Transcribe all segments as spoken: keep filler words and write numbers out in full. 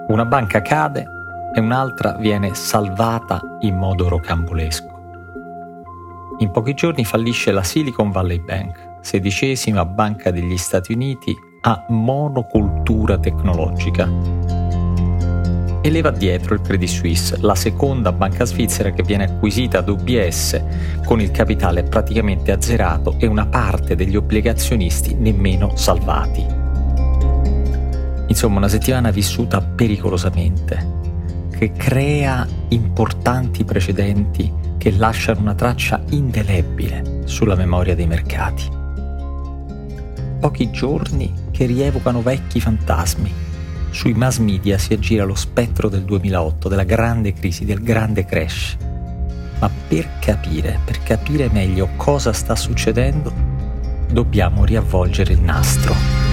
Una banca cade e un'altra viene salvata in modo rocambolesco. In pochi giorni fallisce la Silicon Valley Bank, sedicesima banca degli Stati Uniti a monocultura tecnologica. E leva dietro il Credit Suisse, la seconda banca svizzera che viene acquisita da U B S con il capitale praticamente azzerato e una parte degli obbligazionisti nemmeno salvati. Insomma, una settimana vissuta pericolosamente, che crea importanti precedenti che lasciano una traccia indelebile sulla memoria dei mercati. Pochi giorni che rievocano vecchi fantasmi. Sui mass media si aggira lo spettro del duemilaotto, della grande crisi, del grande crash. Ma per capire, per capire meglio cosa sta succedendo, dobbiamo riavvolgere il nastro.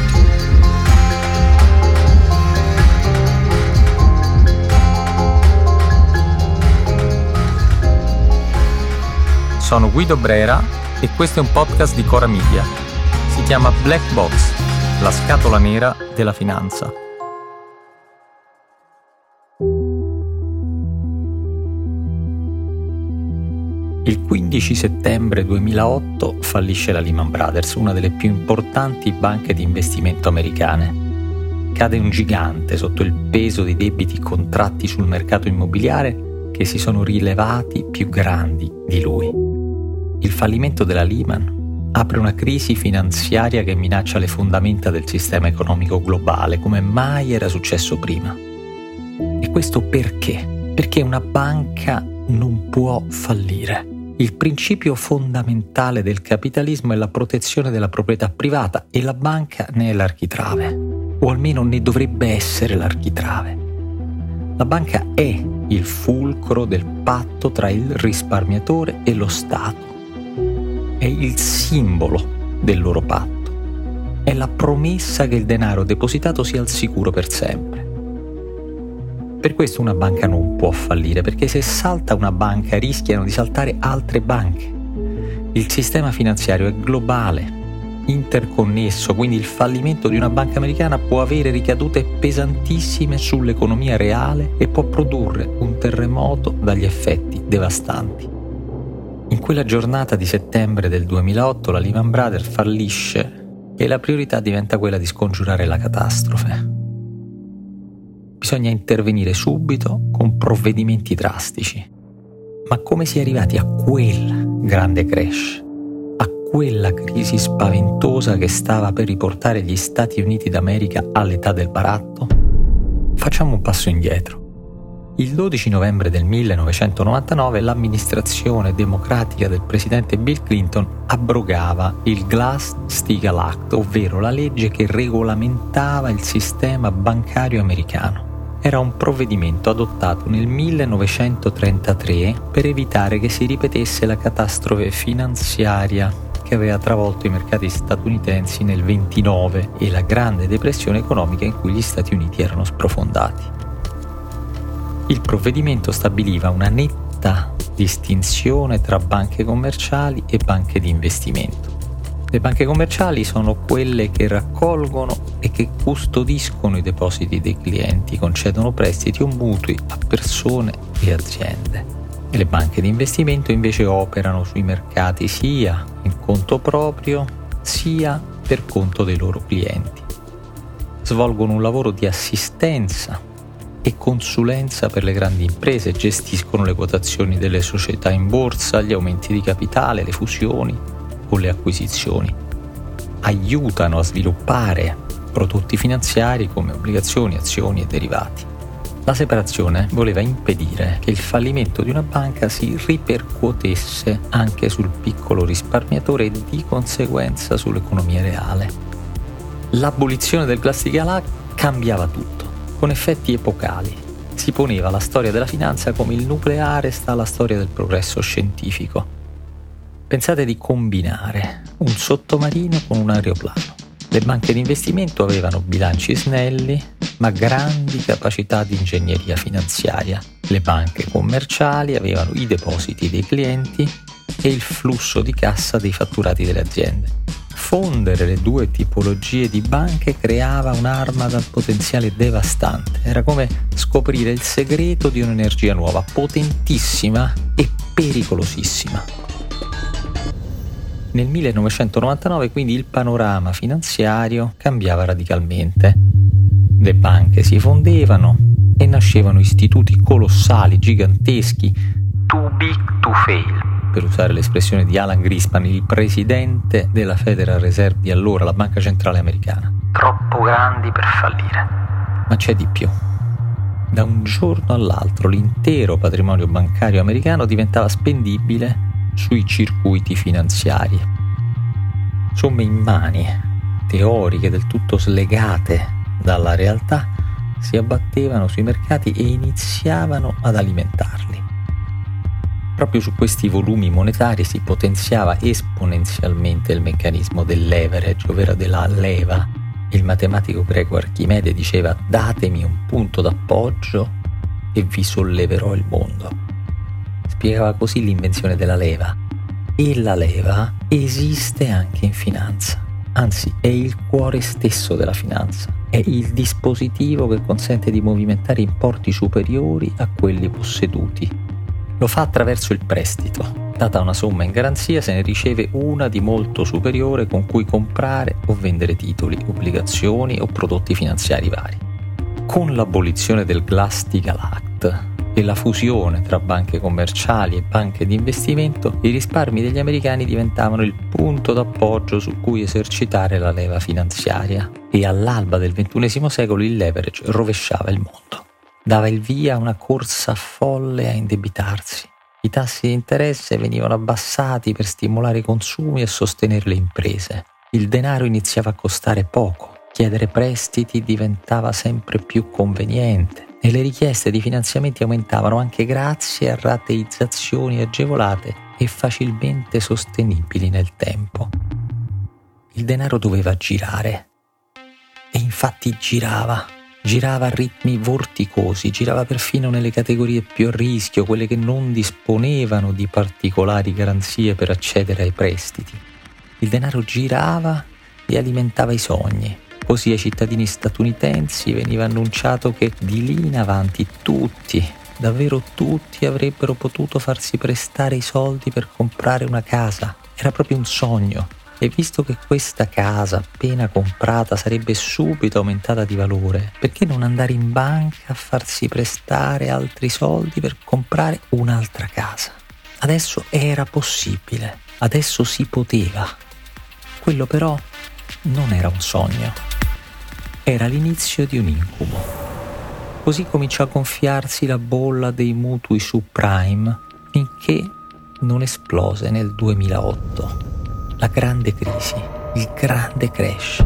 Sono Guido Brera e questo è un podcast di Cora Media. Si chiama Black Box, la scatola nera della finanza. Il quindici settembre duemilaotto fallisce la Lehman Brothers, una delle più importanti banche di investimento americane. Cade un gigante sotto il peso dei debiti contratti sul mercato immobiliare che si sono rilevati più grandi di lui. Il fallimento della Lehman apre una crisi finanziaria che minaccia le fondamenta del sistema economico globale come mai era successo prima. E questo perché? Perché una banca non può fallire. Il principio fondamentale del capitalismo è la protezione della proprietà privata e la banca ne è l'architrave, o almeno ne dovrebbe essere l'architrave. La banca è il fulcro del patto tra il risparmiatore e lo Stato. È il simbolo del loro patto. È la promessa che il denaro depositato sia al sicuro per sempre. Per questo una banca non può fallire, perché se salta una banca rischiano di saltare altre banche. Il sistema finanziario è globale, interconnesso, quindi il fallimento di una banca americana può avere ricadute pesantissime sull'economia reale e può produrre un terremoto dagli effetti devastanti. In quella giornata di settembre del duemilaotto la Lehman Brothers fallisce e la priorità diventa quella di scongiurare la catastrofe. Bisogna intervenire subito con provvedimenti drastici. Ma come si è arrivati a quel grande crash, a quella crisi spaventosa che stava per riportare gli Stati Uniti d'America all'età del baratto? Facciamo un passo indietro. Il dodici novembre del millenovecentonovantanove l'amministrazione democratica del presidente Bill Clinton abrogava il Glass-Steagall Act, ovvero la legge che regolamentava il sistema bancario americano. Era un provvedimento adottato nel millenovecentotrentatré per evitare che si ripetesse la catastrofe finanziaria che aveva travolto i mercati statunitensi nel ventinove e la grande depressione economica in cui gli Stati Uniti erano sprofondati. Il provvedimento stabiliva una netta distinzione tra banche commerciali e banche di investimento. Le banche commerciali sono quelle che raccolgono e che custodiscono i depositi dei clienti, concedono prestiti o mutui a persone e aziende. E le banche di investimento invece operano sui mercati sia in conto proprio sia per conto dei loro clienti. Svolgono un lavoro di assistenza e consulenza per le grandi imprese, gestiscono le quotazioni delle società in borsa, gli aumenti di capitale, le fusioni o le acquisizioni. Aiutano a sviluppare prodotti finanziari come obbligazioni, azioni e derivati. La separazione voleva impedire che il fallimento di una banca si ripercuotesse anche sul piccolo risparmiatore e di conseguenza sull'economia reale. L'abolizione del Glass-Steagall Act cambiava tutto, con effetti epocali. Si poneva la storia della finanza come il nucleare sta alla storia del progresso scientifico. Pensate di combinare un sottomarino con un aeroplano. Le banche di investimento avevano bilanci snelli, ma grandi capacità di ingegneria finanziaria. Le banche commerciali avevano i depositi dei clienti e il flusso di cassa dei fatturati delle aziende. Fondere le due tipologie di banche creava un'arma dal potenziale devastante. Era come scoprire il segreto di un'energia nuova, potentissima e pericolosissima. Nel millenovecentonovantanove quindi il panorama finanziario cambiava radicalmente. Le banche si fondevano e nascevano istituti colossali, giganteschi, too big to fail, per usare l'espressione di Alan Greenspan, il presidente della Federal Reserve di allora, la banca centrale americana. Troppo grandi per fallire. Ma c'è di più. Da un giorno all'altro l'intero patrimonio bancario americano diventava spendibile sui circuiti finanziari. Somme immani, teoriche del tutto slegate dalla realtà, si abbattevano sui mercati e iniziavano ad alimentarli. Proprio su questi volumi monetari si potenziava esponenzialmente il meccanismo del leverage, ovvero della leva. Il matematico greco Archimede diceva: datemi un punto d'appoggio e vi solleverò il mondo. Spiegava così l'invenzione della leva. E la leva esiste anche in finanza, anzi è il cuore stesso della finanza, è il dispositivo che consente di movimentare importi superiori a quelli posseduti. Lo fa attraverso il prestito. Data una somma in garanzia, se ne riceve una di molto superiore con cui comprare o vendere titoli, obbligazioni o prodotti finanziari vari. Con l'abolizione del Glass-Steagall Act e la fusione tra banche commerciali e banche di investimento, i risparmi degli americani diventavano il punto d'appoggio su cui esercitare la leva finanziaria. E all'alba del ventunesimo secolo il leverage rovesciava il mondo. Dava il via a una corsa folle a indebitarsi. I tassi di interesse venivano abbassati per stimolare i consumi e sostenere le imprese. Il denaro iniziava a costare poco, chiedere prestiti diventava sempre più conveniente e le richieste di finanziamenti aumentavano anche grazie a rateizzazioni agevolate e facilmente sostenibili nel tempo. Il denaro doveva girare e infatti girava. Girava a ritmi vorticosi, girava perfino nelle categorie più a rischio, quelle che non disponevano di particolari garanzie per accedere ai prestiti. Il denaro girava e alimentava i sogni. Così ai cittadini statunitensi veniva annunciato che di lì in avanti tutti, davvero tutti, avrebbero potuto farsi prestare i soldi per comprare una casa. Era proprio un sogno. E visto che questa casa appena comprata sarebbe subito aumentata di valore, perché non andare in banca a farsi prestare altri soldi per comprare un'altra casa? Adesso era possibile, adesso si poteva. Quello però non era un sogno, era l'inizio di un incubo. Così cominciò a gonfiarsi la bolla dei mutui subprime finché non esplose nel duemilaotto. La grande crisi, il grande crash.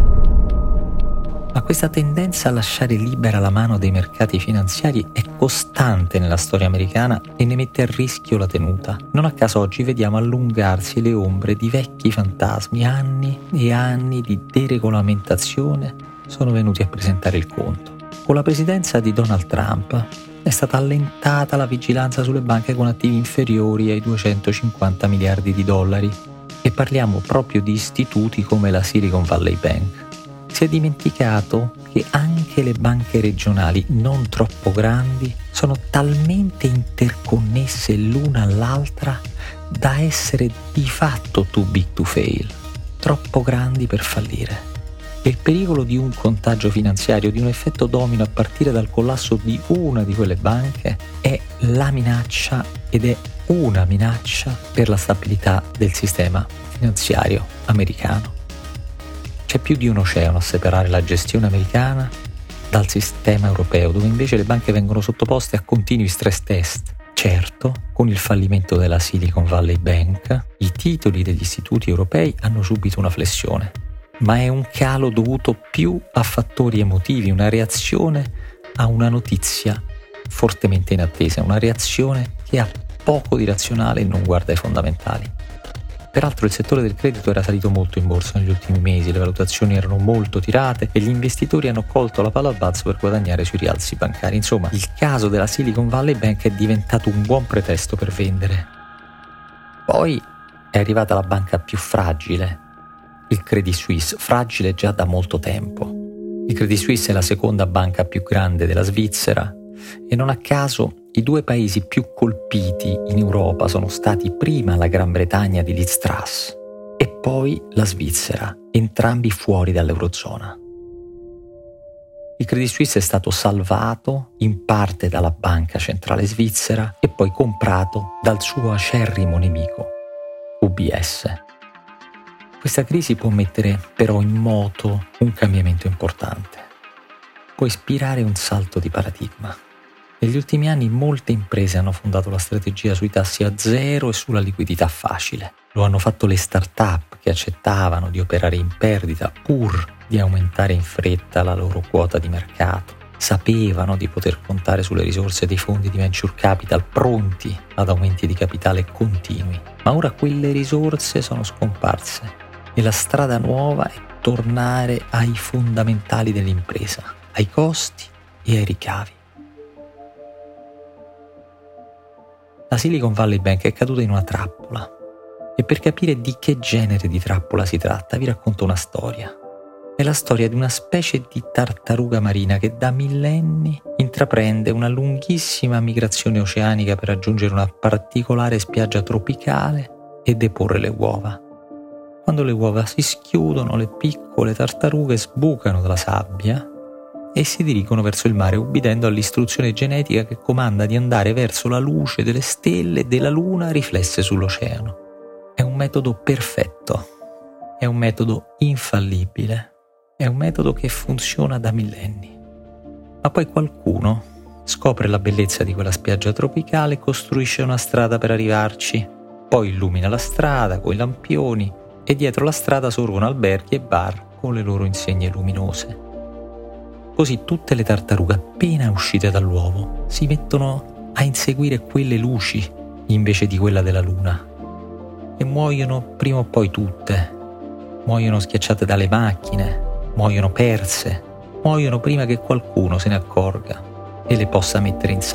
Ma questa tendenza a lasciare libera la mano dei mercati finanziari è costante nella storia americana e ne mette a rischio la tenuta. Non a caso oggi vediamo allungarsi le ombre di vecchi fantasmi. Anni e anni di deregolamentazione sono venuti a presentare il conto. Con la presidenza di Donald Trump è stata allentata la vigilanza sulle banche con attivi inferiori ai duecentocinquanta miliardi di dollari. E parliamo proprio di istituti come la Silicon Valley Bank. Si è dimenticato che anche le banche regionali non troppo grandi sono talmente interconnesse l'una all'altra da essere di fatto too big to fail, troppo grandi per fallire. E il pericolo di un contagio finanziario, di un effetto domino a partire dal collasso di una di quelle banche è la minaccia ed è una minaccia per la stabilità del sistema finanziario americano. C'è più di un oceano a separare la gestione americana dal sistema europeo, dove invece le banche vengono sottoposte a continui stress test. Certo, con il fallimento della Silicon Valley Bank, i titoli degli istituti europei hanno subito una flessione, ma è un calo dovuto più a fattori emotivi, una reazione a una notizia fortemente inattesa, una reazione che ha poco di razionale e non guarda ai fondamentali. Peraltro il settore del credito era salito molto in borsa negli ultimi mesi, le valutazioni erano molto tirate e gli investitori hanno colto la palla al balzo per guadagnare sui rialzi bancari. Insomma, il caso della Silicon Valley Bank è diventato un buon pretesto per vendere. Poi è arrivata la banca più fragile, il Credit Suisse, fragile già da molto tempo. Il Credit Suisse è la seconda banca più grande della Svizzera e non a caso i due paesi più colpiti in Europa sono stati prima la Gran Bretagna di Liz Truss e poi la Svizzera, entrambi fuori dall'Eurozona. Il Credit Suisse è stato salvato in parte dalla Banca Centrale Svizzera e poi comprato dal suo acerrimo nemico, U B S. Questa crisi può mettere però in moto un cambiamento importante. Può ispirare un salto di paradigma. Negli ultimi anni molte imprese hanno fondato la strategia sui tassi a zero e sulla liquidità facile. Lo hanno fatto le start-up che accettavano di operare in perdita pur di aumentare in fretta la loro quota di mercato. Sapevano di poter contare sulle risorse dei fondi di venture capital pronti ad aumenti di capitale continui. Ma ora quelle risorse sono scomparse e la strada nuova è tornare ai fondamentali dell'impresa, ai costi e ai ricavi. La Silicon Valley Bank è caduta in una trappola e per capire di che genere di trappola si tratta vi racconto una storia. È la storia di una specie di tartaruga marina che da millenni intraprende una lunghissima migrazione oceanica per raggiungere una particolare spiaggia tropicale e deporre le uova. Quando le uova si schiudono, le piccole tartarughe sbucano dalla sabbia e si dirigono verso il mare ubbidendo all'istruzione genetica che comanda di andare verso la luce delle stelle e della luna riflesse sull'oceano. È un metodo perfetto, è un metodo infallibile, è un metodo che funziona da millenni. Ma poi qualcuno scopre la bellezza di quella spiaggia tropicale e costruisce una strada per arrivarci, poi illumina la strada con i lampioni e dietro la strada sorgono alberghi e bar con le loro insegne luminose. Così tutte le tartarughe appena uscite dall'uovo si mettono a inseguire quelle luci invece di quella della luna e muoiono prima o poi tutte, muoiono schiacciate dalle macchine, muoiono perse, muoiono prima che qualcuno se ne accorga e le possa mettere in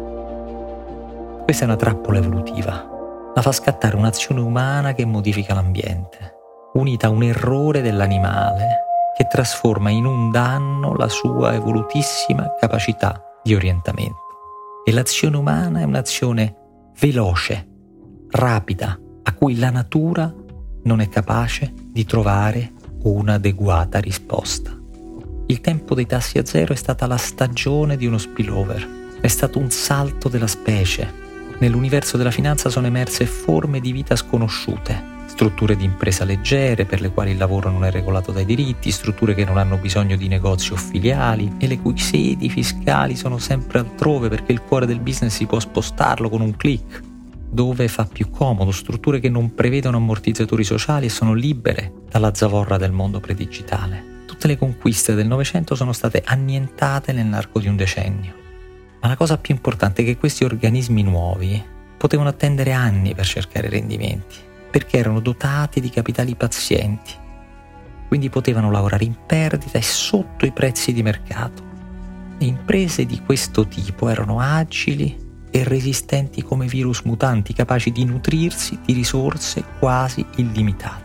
salvo. Questa è una trappola evolutiva, la fa scattare un'azione umana che modifica l'ambiente, unita a un errore dell'animale che trasforma in un danno la sua evolutissima capacità di orientamento. E l'azione umana è un'azione veloce, rapida, a cui la natura non è capace di trovare un'adeguata risposta. Il tempo dei tassi a zero è stata la stagione di uno spillover, è stato un salto della specie. Nell'universo della finanza sono emerse forme di vita sconosciute, strutture di impresa leggere per le quali il lavoro non è regolato dai diritti, strutture che non hanno bisogno di negozi o filiali e le cui sedi fiscali sono sempre altrove perché il cuore del business si può spostarlo con un click, dove fa più comodo, strutture che non prevedono ammortizzatori sociali e sono libere dalla zavorra del mondo predigitale. Tutte le conquiste del Novecento sono state annientate nell'arco di un decennio. Ma la cosa più importante è che questi organismi nuovi potevano attendere anni per cercare rendimenti, perché erano dotati di capitali pazienti, quindi potevano lavorare in perdita e sotto i prezzi di mercato. Le imprese di questo tipo erano agili e resistenti come virus mutanti, capaci di nutrirsi di risorse quasi illimitate.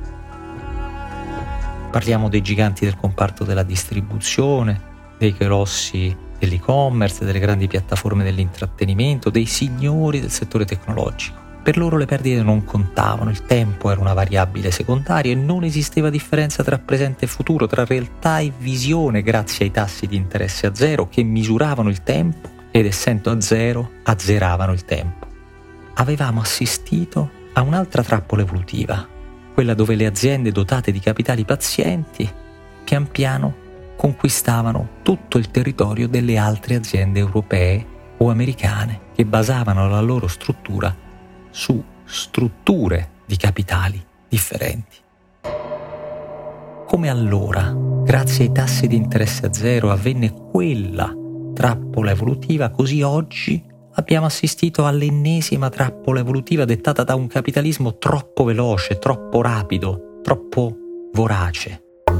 Parliamo dei giganti del comparto della distribuzione, dei colossi dell'e-commerce, delle grandi piattaforme dell'intrattenimento, dei signori del settore tecnologico. Per loro le perdite non contavano, il tempo era una variabile secondaria e non esisteva differenza tra presente e futuro, tra realtà e visione grazie ai tassi di interesse a zero che misuravano il tempo ed essendo a zero azzeravano il tempo. Avevamo assistito a un'altra trappola evolutiva, quella dove le aziende dotate di capitali pazienti pian piano conquistavano tutto il territorio delle altre aziende europee o americane che basavano la loro struttura su strutture di capitali differenti. Come allora, grazie ai tassi di interesse a zero, avvenne quella trappola evolutiva, così oggi abbiamo assistito all'ennesima trappola evolutiva dettata da un capitalismo troppo veloce, troppo rapido, troppo vorace.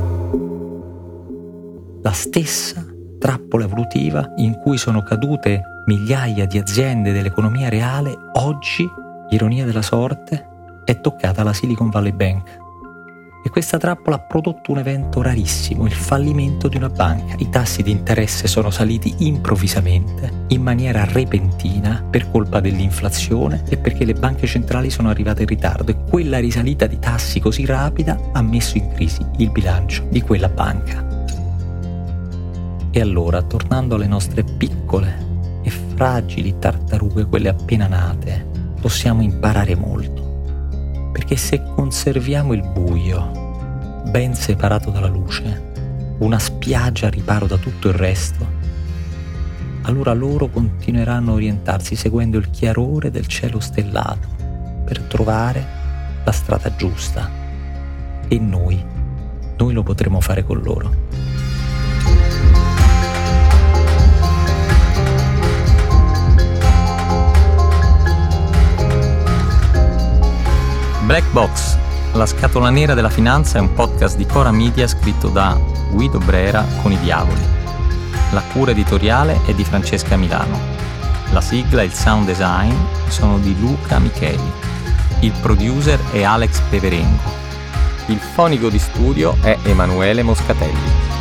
La stessa trappola evolutiva in cui sono cadute migliaia di aziende dell'economia reale, oggi, ironia della sorte, è toccata alla Silicon Valley Bank. E questa trappola ha prodotto un evento rarissimo, il fallimento di una banca. I tassi di interesse sono saliti improvvisamente, in maniera repentina, per colpa dell'inflazione e perché le banche centrali sono arrivate in ritardo, e quella risalita di tassi così rapida ha messo in crisi il bilancio di quella banca. E allora, tornando alle nostre piccole e fragili tartarughe, quelle appena nate, possiamo imparare molto. Perché se conserviamo il buio, ben separato dalla luce, una spiaggia a riparo da tutto il resto, allora loro continueranno a orientarsi seguendo il chiarore del cielo stellato per trovare la strada giusta. E noi, noi lo potremo fare con loro. Black Box, la scatola nera della finanza, è un podcast di Cora Media scritto da Guido Brera con i Diavoli. La cura editoriale è di Francesca Milano. La sigla e il sound design sono di Luca Micheli. Il producer è Alex Peverengo. Il fonico di studio è Emanuele Moscatelli.